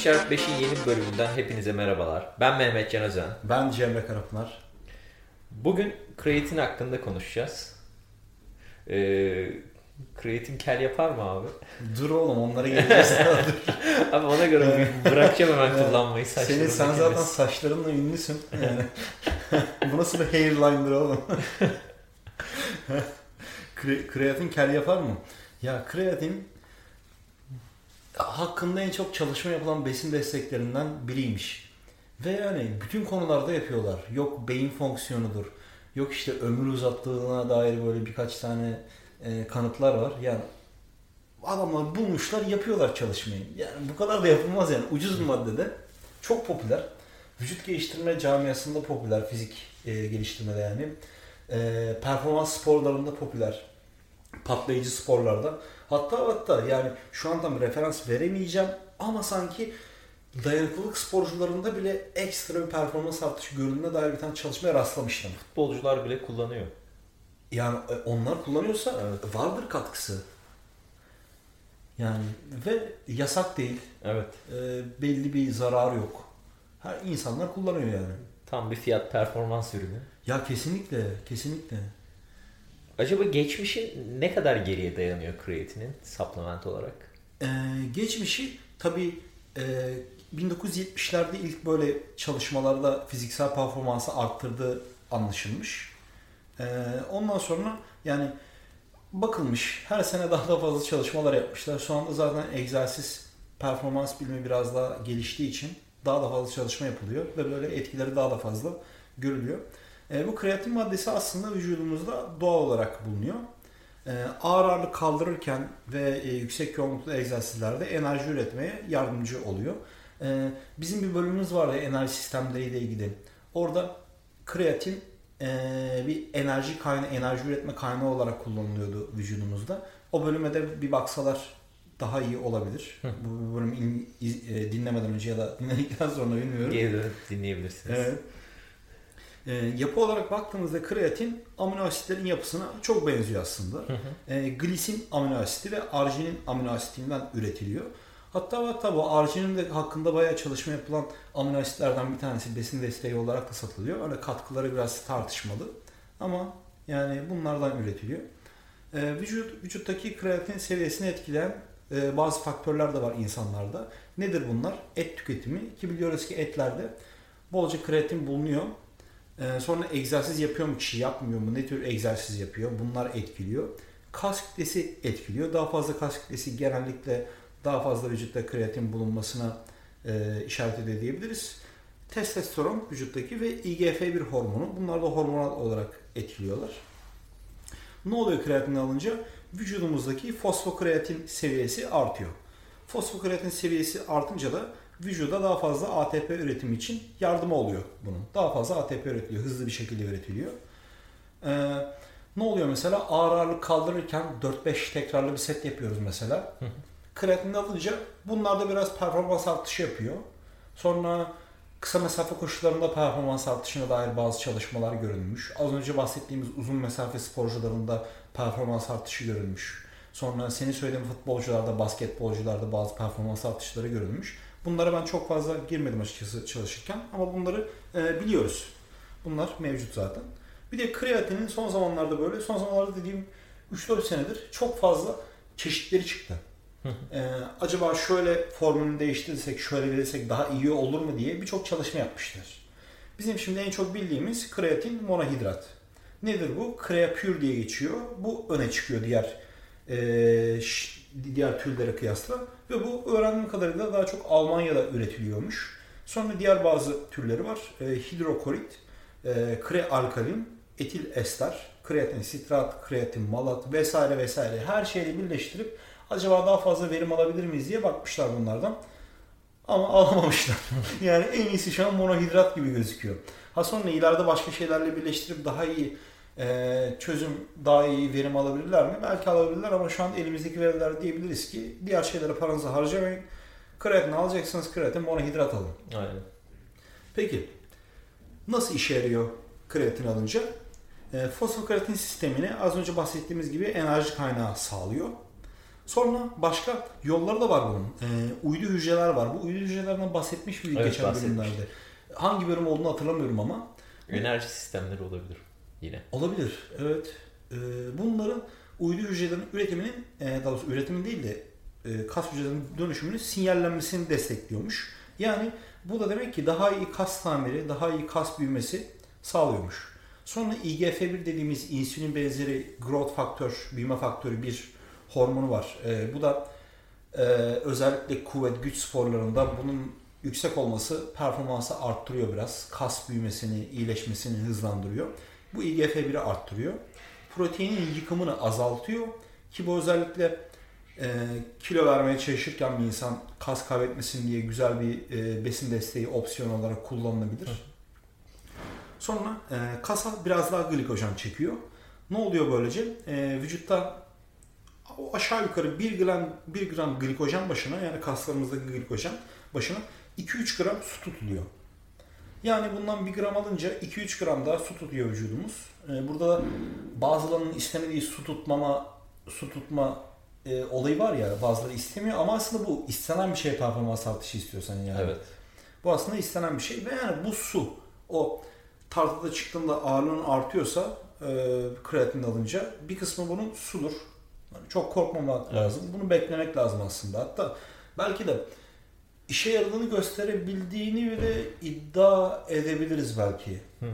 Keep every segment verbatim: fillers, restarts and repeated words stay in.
çarpı beşin yeni bir bölümünden hepinize merhabalar. Ben Mehmet Can Özen. Ben Cemre Karapınar. Bugün kreatin hakkında konuşacağız. Ee, kreatin kel yapar mı abi? Dur oğlum, onlara geleceğiz. Abi ona göre bırakacağım hemen kullanmayı. Senin, sen zaten saçlarınla ünlüsün. Yani. Bu nasıl bir hairline'dır oğlum? Kre, kreatin kel yapar mı? Ya kreatin hakkında en çok çalışma yapılan besin desteklerinden biriymiş. Ve yani bütün konularda yapıyorlar. Yok beyin fonksiyonudur. Yok işte ömür uzattığına dair böyle birkaç tane e, kanıtlar var. Yani adamlar bulmuşlar, yapıyorlar çalışmayı. Yani bu kadar da yapılmaz yani. Ucuz bir maddede. Çok popüler. Vücut geliştirme camiasında popüler. Fizik e, geliştirmede yani. E, performans sporlarında popüler. Patlayıcı sporlarda. Hatta hatta yani şu an tam referans veremeyeceğim ama sanki dayanıklılık sporcularında bile ekstra bir performans artışı görüldüğüne dair bir tane çalışmaya rastlamıştım. Futbolcular bile kullanıyor. Yani onlar kullanıyorsa evet, vardır katkısı. Yani ve yasak değil. Evet. E, belli bir zararı yok. Her insanlar kullanıyor yani. Tam bir fiyat performans ürünü. Ya kesinlikle, kesinlikle. Acaba geçmişi ne kadar geriye dayanıyor kreatinin supplement olarak? Ee, geçmişi tabii e, bin dokuz yüz yetmişlerde ilk böyle çalışmalarda fiziksel performansı arttırdığı anlaşılmış. Ee, ondan sonra yani bakılmış, her sene daha da fazla çalışmalar yapmışlar. Şu anda zaten egzersiz performans bilimi biraz daha geliştiği için daha da fazla çalışma yapılıyor ve böyle etkileri daha da fazla görülüyor. E, bu kreatin maddesi aslında vücudumuzda doğal olarak bulunuyor. E, ağır ağırlık kaldırırken ve e, yüksek yoğunluklu egzersizlerde enerji üretmeye yardımcı oluyor. E, bizim bir bölümümüz var ya enerji sistemleriyle ilgili. Orada kreatin e, bir enerji kaynağı, enerji üretme kaynağı olarak kullanılıyordu vücudumuzda. O bölüme de bir baksalar daha iyi olabilir. Hı. Bu bölümü in, iz, e, dinlemeden önce ya da dinledikten sonra bilmiyorum. Geri dönüp dinleyebilirsiniz. Evet. E, yapı olarak baktığımızda kreatin amino asitlerin yapısına çok benziyor aslında. Hı hı. E, glisin amino asiti ve arginin amino asitinden üretiliyor. Hatta hatta bu arginin de hakkında bayağı çalışma yapılan amino asitlerden bir tanesi besin desteği olarak da satılıyor. Öyle katkıları biraz tartışmalı. Ama yani bunlardan üretiliyor. E, vücut vücuttaki kreatin seviyesini etkileyen e, bazı faktörler de var insanlarda. Nedir bunlar? Et tüketimi. Ki biliyoruz ki etlerde bolca kreatin bulunuyor. Ee, sonra egzersiz yapıyor mu kişi, yapmıyor mu, ne tür egzersiz yapıyor, bunlar etkiliyor. Kas kütlesi etkiliyor. Daha fazla kas kütlesi genellikle daha fazla vücutta kreatin bulunmasına e, işaret ediyor diyebiliriz. Testosteron vücuttaki ve I G F bir hormonu. Bunlar da hormonal olarak etkiliyorlar. Ne oluyor kreatin alınca? Vücudumuzdaki fosfokreatin seviyesi artıyor. Fosfokreatin seviyesi artınca da vücuda daha fazla A T P üretimi için yardımı oluyor bunun. Daha fazla A T P üretiliyor. Hızlı bir şekilde üretiliyor. Ee, ne oluyor mesela? Ağır ağırlık kaldırırken dört beş tekrarlı bir set yapıyoruz mesela. Kreatin alınca bunlarda biraz performans artışı yapıyor. Sonra kısa mesafe koşularında performans artışına dair bazı çalışmalar görülmüş. Az önce bahsettiğimiz uzun mesafe sporcularında performans artışı görülmüş. Sonra senin söylediğin futbolcularda, basketbolcularda bazı performans artışları görülmüş. Bunlara ben çok fazla girmedim açıkçası çalışırken ama bunları e, biliyoruz. Bunlar mevcut zaten. Bir de kreatinin son zamanlarda böyle, son zamanlarda dediğim üç dört senedir çok fazla çeşitleri çıktı. e, acaba şöyle formülünü değiştirirsek, şöyle verirsek daha iyi olur mu diye birçok çalışma yapmışlar. Bizim şimdi en çok bildiğimiz kreatin monohidrat. Nedir bu? Creapure diye geçiyor. Bu öne çıkıyor diğer e, diğer türlere kıyasla. Ve bu öğrendiğim kadarıyla daha çok Almanya'da üretiliyormuş. Sonra diğer bazı türleri var. E, hidrokorit, e, krealkalin, etil ester, kreatin sitrat, kreatin malat vesaire vesaire her şeyle birleştirip acaba daha fazla verim alabilir miyiz diye bakmışlar bunlardan. Ama alamamışlar. Yani en iyisi şu an monohidrat gibi gözüküyor. Ha sonra ileride başka şeylerle birleştirip daha iyi e, çözüm, daha iyi verim alabilirler mi? Belki alabilirler ama şu an elimizdeki veriler diyebiliriz ki diğer şeylere paranızı harcamayın. Kreatin alacaksınız, kreatin monohidrat alın. Aynen. Peki nasıl işe yarıyor kreatin alınca? E, fosfokreatin sistemini az önce bahsettiğimiz gibi enerji kaynağı sağlıyor. Sonra başka yolları da var bunun. E, uydu hücreler var. Bu uydu hücrelerden bahsetmiş miydik Evet, geçen bahsetmiş. bölümlerde? Hangi bölüm olduğunu hatırlamıyorum ama. Enerji sistemleri olabilir yine. Olabilir, evet. E, bunların uydu hücrelerinin üretiminin, e, daha doğrusu üretimin değil de e, kas hücrelerinin dönüşümünün sinyallenmesini destekliyormuş. Yani bu da demek ki daha iyi kas tamiri, daha iyi kas büyümesi sağlıyormuş. Sonra I G F bir dediğimiz insülin benzeri growth faktör, büyüme faktörü bir hormonu var. E, bu da e, özellikle kuvvet, güç sporlarında bunun yüksek olması performansı arttırıyor biraz. Kas büyümesini, iyileşmesini hızlandırıyor. Bu I G F biri arttırıyor. Proteinin yıkımını azaltıyor ki bu özellikle e, kilo vermeye çalışırken bir insan kas kaybetmesin diye güzel bir e, besin desteği opsiyon olarak kullanılabilir. Sonra e, kasa biraz daha glikojen çekiyor. Ne oluyor böylece? E, vücutta o aşağı yukarı bir gram bir gram glikojen başına, yani kaslarımızdaki glikojen başına iki üç gram su tutuluyor. Yani bundan bir gram alınca iki üç gram daha su tutuyor vücudumuz. E, burada bazılarının istemediği su tutmama su tutma e, olayı var ya, bazıları istemiyor ama aslında bu istenen bir şey, performans artışı istiyorsan yani. Evet. Bu aslında istenen bir şey ve yani bu su o tartıda çıktığında ağırlığın artıyorsa e, kreatin alınca bir kısmı bunun sudur. Yani çok korkmamak Evet. lazım. Bunu beklemek lazım aslında. Hatta belki de işe yaradığını gösterebildiğini bile iddia edebiliriz belki. Hmm.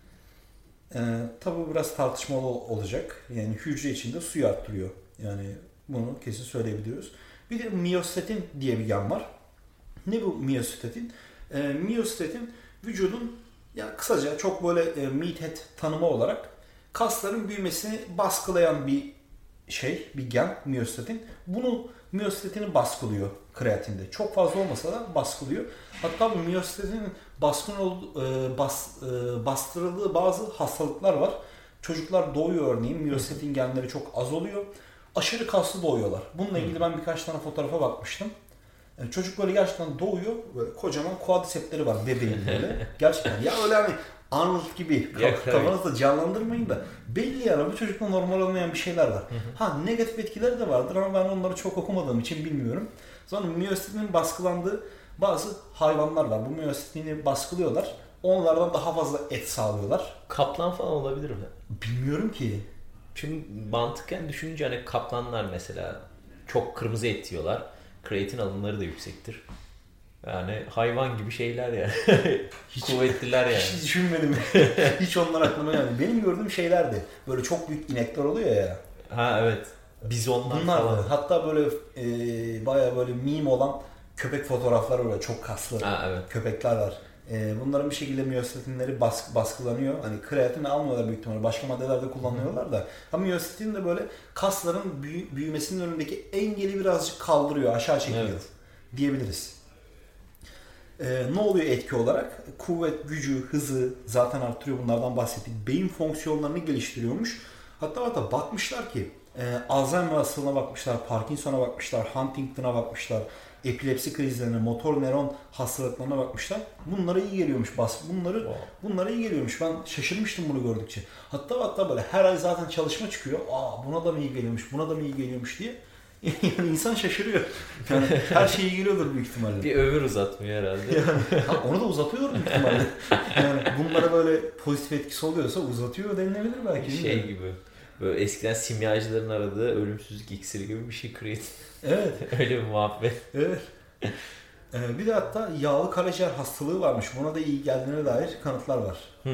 Ee, tabii biraz tartışmalı olacak. Yani hücre içinde suyu arttırıyor. Yani bunu kesin söyleyebiliyoruz. Bir de miyostatin diye bir gen var. Ne bu miyostatin? Ee, miyostatin vücudun, ya kısaca çok böyle e, meathead tanımı olarak kasların büyümesini baskılayan bir şey, bir gen miyostatin. Bunu miyostatini baskılıyor kreatinde. Çok fazla olmasa da baskılıyor. Hatta bu miyostatinin baskın olduğu, e, bas, e, bastırıldığı bazı hastalıklar var. Çocuklar doğuyor örneğin, miyostatin genleri çok az oluyor. Aşırı kaslı doğuyorlar. Bununla ilgili ben birkaç tane fotoğrafa bakmıştım. Yani çocuk böyle gerçekten doğuyor, böyle kocaman quadricepsleri var bebeğin böyle. Gerçekten ya öyle hani Arnold gibi Ya, kafanızda canlandırmayın da belli yani bu çocukta normal olmayan bir şeyler var. Ha, negatif etkileri de vardır ama ben onları çok okumadığım için bilmiyorum. Sonra miyostatinin baskılandığı bazı hayvanlar var. Bu miyostatini baskılıyorlar. Onlardan daha fazla et sağlıyorlar. Kaplan falan olabilir mi? Bilmiyorum ki. Çünkü mantıken düşününce hani kaplanlar mesela çok kırmızı et yiyorlar. Kreatin alımları da yüksektir. Yani hayvan gibi şeyler yani. Hiç, Kuvvetliler yani. Hiç düşünmedim. Hiç onlar aklıma gelmedi. Benim gördüğüm şeylerdi. Böyle çok büyük inekler oluyor ya. Ha evet. Bizonlar Bunlar falan. da. Hatta böyle e, bayağı böyle meme olan köpek fotoğrafları var. Çok kaslı Ha evet. köpekler var. E, bunların bir şekilde miyostatinleri baskı, baskılanıyor. Hani kreatin almıyorlar büyük ihtimalle. Başka maddelerde kullanıyorlar da. Ama miyostatin de böyle kasların büyü, büyümesinin önündeki engeli birazcık kaldırıyor. Aşağı çekiyor. Evet. Diyebiliriz. Ee, ne oluyor etki olarak? Kuvvet, gücü, hızı zaten arttırıyor. Bunlardan bahsettik. Beyin fonksiyonlarını geliştiriyormuş. Hatta hatta bakmışlar ki e, Alzheimer hastalığına bakmışlar, Parkinson'a bakmışlar, Huntington'a bakmışlar, epilepsi krizlerine, motor nöron hastalıklarına bakmışlar. Bunlara iyi geliyormuş. Bas, bunları Wow. bunlara iyi geliyormuş. Ben şaşırmıştım bunu gördükçe. Hatta hatta böyle her ay zaten çalışma çıkıyor. Aa, buna da mı iyi geliyormuş, buna da mı iyi geliyormuş diye. Yani insan şaşırıyor. Yani her şey iyi geliyordur büyük ihtimalle. Bir ömür uzatmıyor herhalde. Yani, ha, onu da uzatıyor büyük ihtimalle. Yani bunlara böyle pozitif etkisi oluyorsa uzatıyor denilebilir belki. Şey gibi. Böyle eskiden simyacıların aradığı ölümsüzlük iksiri gibi bir şey kreatin. Evet. Öyle bir muhabbet. Evet. Ee, bir de hatta yağlı karaciğer hastalığı varmış. Buna da iyi geldiğine dair kanıtlar var. Hmm.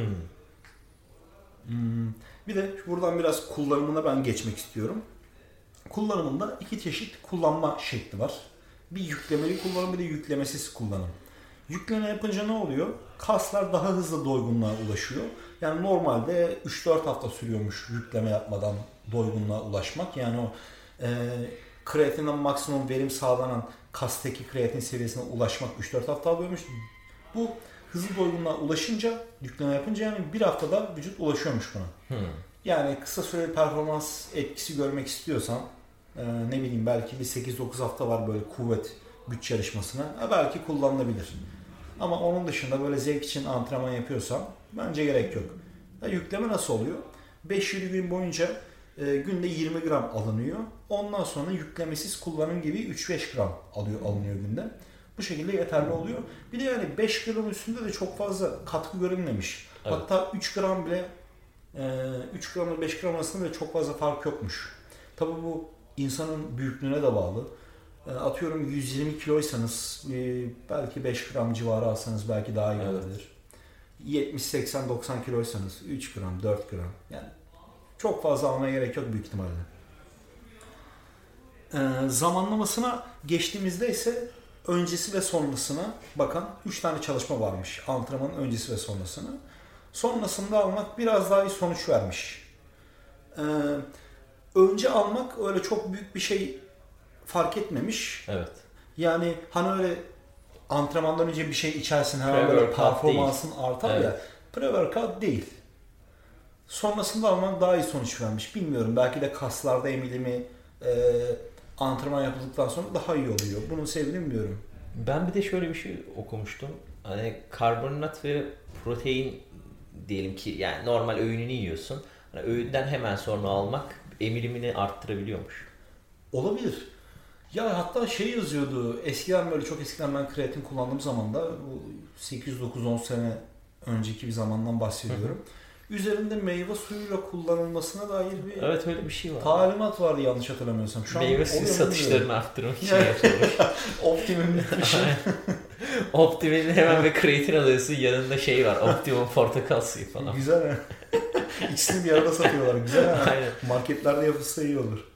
Hmm. Bir de buradan biraz kullanımına ben geçmek istiyorum. Kullanımında iki çeşit kullanma şekli var. Bir yüklemeli kullanım, bir de yüklemesiz kullanım. Yükleme yapınca ne oluyor? Kaslar daha hızlı doygunluğa ulaşıyor. Yani normalde üç dört hafta sürüyormuş yükleme yapmadan doygunluğa ulaşmak. Yani o e, kreatinden maksimum verim sağlanan kastaki kreatin seviyesine ulaşmak üç dört hafta alıyormuş. Bu hızlı doygunluğa ulaşınca, yükleme yapınca yani bir haftada vücut ulaşıyormuş buna. Hmm. Yani kısa süreli performans etkisi görmek istiyorsan e, ne bileyim belki bir sekiz dokuz hafta var böyle kuvvet güç yarışmasına. Ha, belki kullanılabilir. Ama onun dışında böyle zevk için antrenman yapıyorsan bence gerek yok. Ya, yükleme nasıl oluyor? beş yedi gün boyunca e, günde yirmi gram alınıyor. Ondan sonra yüklemesiz kullanım gibi üç beş gram alıyor alınıyor günde. Bu şekilde yeterli oluyor. Bir de yani beş gram üstünde de çok fazla katkı görünmemiş. Evet. Hatta üç gram bile üç gram ile beş gram arasında bile çok fazla fark yokmuş. Tabii bu insanın büyüklüğüne de bağlı. Atıyorum yüz yirmi kiloysanız belki beş gram civarı alsanız belki daha iyi evet. olabilir. yetmiş seksen doksan kiloysanız üç gram dört gram yani çok fazla almaya gerek yok büyük ihtimalle. Ee, zamanlamasına geçtiğimizde ise öncesi ve sonrasına bakan üç tane çalışma varmış. Antrenmanın öncesi ve sonrasına. Sonrasında almak biraz daha iyi sonuç vermiş. Ee, önce almak öyle çok büyük bir şey fark etmemiş. Evet. Yani hani öyle antrenmandan önce bir şey içersin herhalde böyle performansın değil. Artar evet. ya. Pre-workout değil. Sonrasında almak daha iyi sonuç vermiş. Bilmiyorum belki de kaslarda emilimi e, antrenman yapıldıktan sonra daha iyi oluyor. Bunun sebebini bilmiyorum. Ben bir de şöyle bir şey okumuştum. Hani karbonhidrat ve protein diyelim ki yani normal öğününü yiyorsun. Hani öğünden hemen sonra almak emilimini arttırabiliyormuş. Olabilir. Ya hatta şey yazıyordu. Eskiden böyle çok eskiden ben kreatin kullandığım zaman da bu sekiz dokuz on sene önceki bir zamandan bahsediyorum. Hı hı. Üzerinde meyve suyuyla kullanılmasına dair bir evet öyle bir şey var. Talimat vardı yanlış hatırlamıyorsam. Şu meyve suyu satışlarını arttırmak için yapılmış. Optimum bitmiş. Optimum'in hemen bir kreatin alıyorsun yanında şey var. Optimum portakal suyu falan. Güzel ha. İkisini bir arada satıyorlar. Güzel ha. Aynen. Marketlerde yapılsa iyi olur.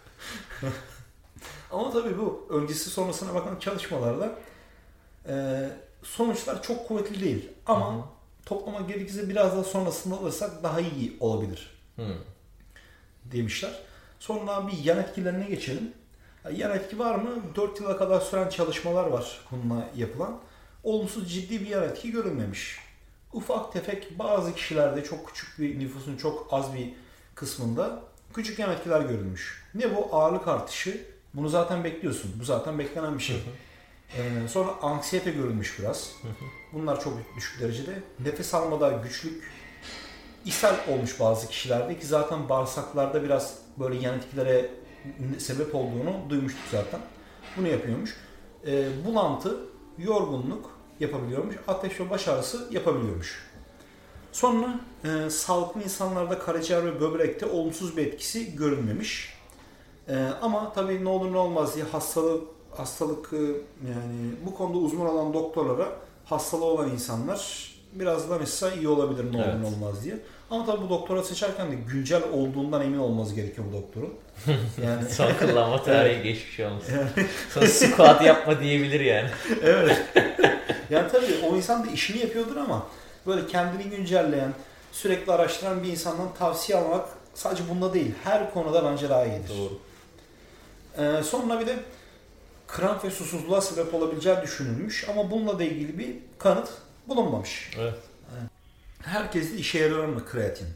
Ama tabii bu öncesi sonrasına bakan çalışmalarda e, sonuçlar çok kuvvetli değil. Ama Hı-hı. toplama gerekirse biraz daha sonrasında alırsak daha iyi olabilir. Hı. Demişler. Sonra bir yan etkilerine geçelim. Yan etki var mı? dört yıla kadar süren çalışmalar var bununla yapılan. Olumsuz ciddi bir yan etki görülmemiş. Ufak tefek bazı kişilerde çok küçük bir nüfusun çok az bir kısmında küçük yan etkiler görülmüş. Ne bu? Ağırlık artışı. Bunu zaten bekliyorsun. Bu zaten beklenen bir şey. Hı hı. Ee, sonra anksiyete görülmüş biraz. Hı hı. Bunlar çok düşük derecede. Nefes almada güçlük, ishal olmuş bazı kişilerde ki zaten bağırsaklarda biraz böyle yan etkilere sebep olduğunu duymuştuk zaten. Bunu yapıyormuş. Ee, bulantı, yorgunluk yapabiliyormuş. Ateş ve baş ağrısı yapabiliyormuş. Sonra e, sağlıklı insanlarda karaciğer ve böbrekte olumsuz bir etkisi görülmemiş. Ee, ama tabii ne olur ne olmaz diye hastalık hastalık yani bu konuda uzman olan doktorlara hastalığı olan insanlar biraz da mesela iyi olabilir ne olur evet. ne olmaz diye. Ama tabii bu doktora seçerken de güncel olduğundan emin olmanız gerekiyor bu doktorun. Yani son kullanma tarihi geçmiş olmuş. Yani... Sonra squat yapma diyebilir yani. Evet. Yani tabii o insan da işini yapıyordur ama böyle kendini güncelleyen, sürekli araştıran bir insandan tavsiye almak sadece bunda değil, her konuda bence daha iyidir. Doğru. Ee, sonra bir de kramp ve susuzluğa sebep olabileceği düşünülmüş ama bununla da ilgili bir kanıt bulunmamış. Evet. Herkes de işe yarar mı kreatin?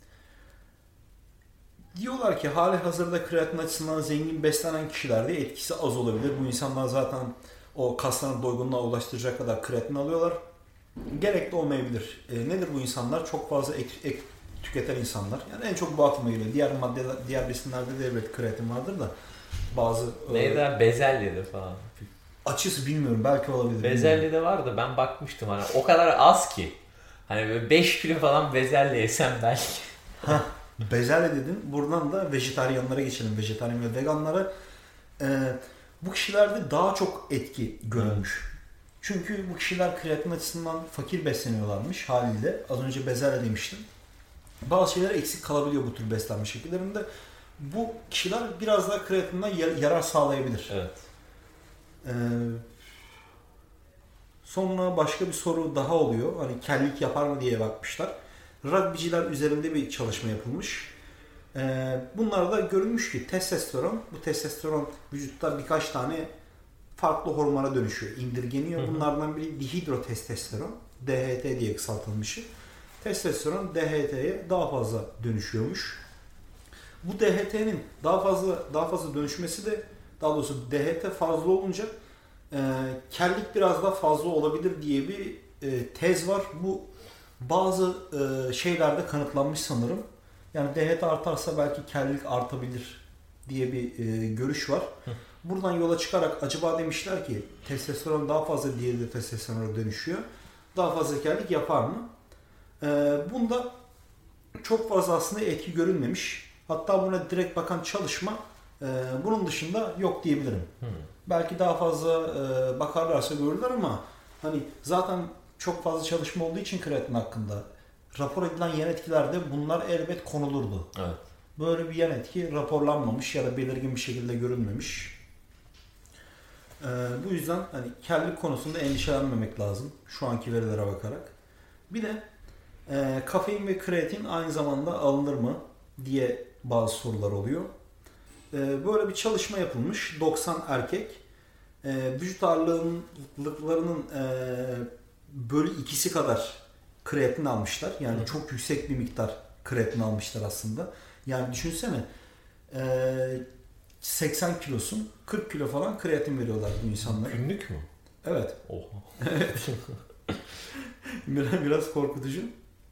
Diyorlar ki hali hazırda kreatin açısından zengin beslenen kişilerde etkisi az olabilir. Bu insanlar zaten o kaslarını doygunluğa ulaştıracak kadar kreatin alıyorlar. Gerekli olmayabilir. E, nedir bu insanlar? Çok fazla ek, ek tüketen insanlar. Yani en çok bu aklıma geliyor. Diğer maddeler, diğer besinlerde de evet kreatin vardır da bazı... Neydi e, bezelyede falan. Açısı bilmiyorum. Belki olabilir. Bezelyede vardı. Ben bakmıştım. Hani o kadar az ki. Hani böyle beş kilo falan bezelye yesem belki. Hah, bezelye dedin. Buradan da vejetaryenlere geçelim. Vejetaryen ve veganlara. Ee, bu kişilerde daha çok etki görülmüş. Evet. Çünkü bu kişiler kreatin açısından fakir besleniyorlarmış haliyle. Az önce bezelye demiştim. Bazı şeyler eksik kalabiliyor bu tür beslenme şekillerinde. Bu kişiler biraz daha kreatinden yarar sağlayabilir. Evet. Ee, sonra başka bir soru daha oluyor. Hani kellik yapar mı diye bakmışlar. Rugbyciler üzerinde bir çalışma yapılmış. Ee, bunlarda görülmüş ki testosteron, bu testosteron vücutta birkaç tane farklı hormona dönüşüyor, indirgeniyor. Bunlardan biri dihidrotestosteron, D H T diye kısaltılmışı. Testosteron D H T'ye daha fazla dönüşüyormuş. Bu D H T'nin daha fazla daha fazla dönüşmesi de daha doğrusu D H T fazla olunca e, kellik biraz daha fazla olabilir diye bir e, tez var. Bu bazı e, şeylerde kanıtlanmış sanırım. Yani D H T artarsa belki kellik artabilir diye bir e, görüş var. Buradan yola çıkarak acaba demişler ki testosteron daha fazla diğeri de testosterona dönüşüyor. Daha fazla kellik yapar mı? E, bunda çok fazla aslında etki görülmemiş. Hatta buna direkt bakan çalışma e, bunun dışında yok diyebilirim. Hmm. Belki daha fazla e, bakarlarsa görürler ama hani zaten çok fazla çalışma olduğu için kreatin hakkında rapor edilen yan etkilerde bunlar elbet konulurdu. Evet. Böyle bir yan etki raporlanmamış ya da belirgin bir şekilde görülmemiş. Ee, bu yüzden hani kellik konusunda endişelenmemek lazım şu anki verilere bakarak. Bir de e, kafein ve kreatin aynı zamanda alınır mı diye bazı sorular oluyor. E, böyle bir çalışma yapılmış. doksan erkek e, vücut ağırlıklarının e, bölü ikisi kadar kreatin almışlar. Yani evet. Çok yüksek bir miktar kreatin almışlar aslında. Yani düşünsene e, seksen kilosun, kırk kilo falan kreatin veriyorlar bu insanlara. Günlük mü? Evet. Oha. Evet. biraz, biraz korkutucu.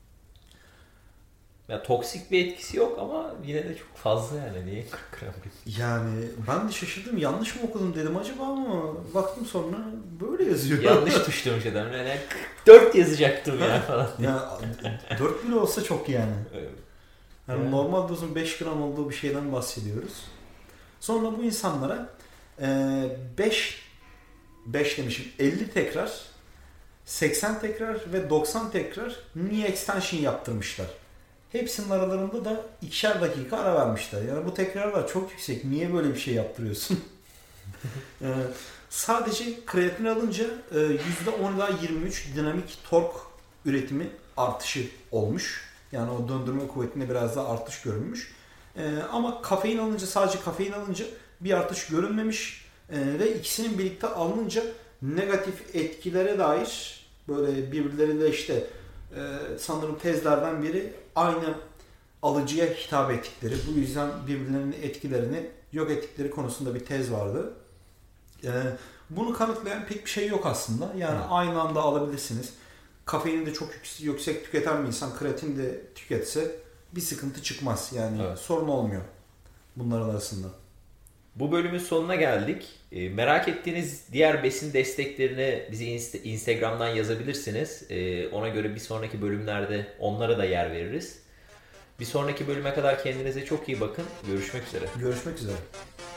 Ya toksik bir etkisi yok ama yine de çok fazla yani. Niye kırk gram? Yani ben de şaşırdım. Yanlış mı okudum dedim acaba ama baktım sonra böyle yazıyor. Yanlış tuşlamış adam. Yani kırk dört yazacaktım ya falan. Ya dört bile olsa çok yani. Evet. Yani evet. Normal dozun beş gram olduğu bir şeyden bahsediyoruz. Sonra bu insanlara beş beş demişim elli tekrar, seksen tekrar ve doksan tekrar knee extension yaptırmışlar. Hepsinin aralarında da ikişer dakika ara vermişler. Yani bu tekrarlar çok yüksek. Niye böyle bir şey yaptırıyorsun? ee, sadece kreatin alınca yüzde on ila yirmi üç dinamik tork üretimi artışı olmuş. Yani o döndürme kuvvetinde biraz daha artış görülmüş. Ee, ama kafein alınca sadece kafein alınca bir artış görülmemiş. Ee, ve ikisinin birlikte alınınca negatif etkilere dair böyle birbirleriyle işte e, sanırım tezlerden biri aynı alıcıya hitap ettikleri, bu yüzden birbirlerinin etkilerini yok ettikleri konusunda bir tez vardı. Ee, bunu kanıtlayan pek bir şey yok aslında. Yani hmm. aynı anda alabilirsiniz. Kafeini de çok yüksek tüketen bir insan kreatin de tüketse bir sıkıntı çıkmaz. Yani evet. Sorun olmuyor bunların arasında. Bu bölümün sonuna geldik. E, merak ettiğiniz diğer besin desteklerini bizi inst- Instagram'dan yazabilirsiniz. E, ona göre bir sonraki bölümlerde onlara da yer veririz. Bir sonraki bölüme kadar kendinize çok iyi bakın. Görüşmek üzere. Görüşmek üzere.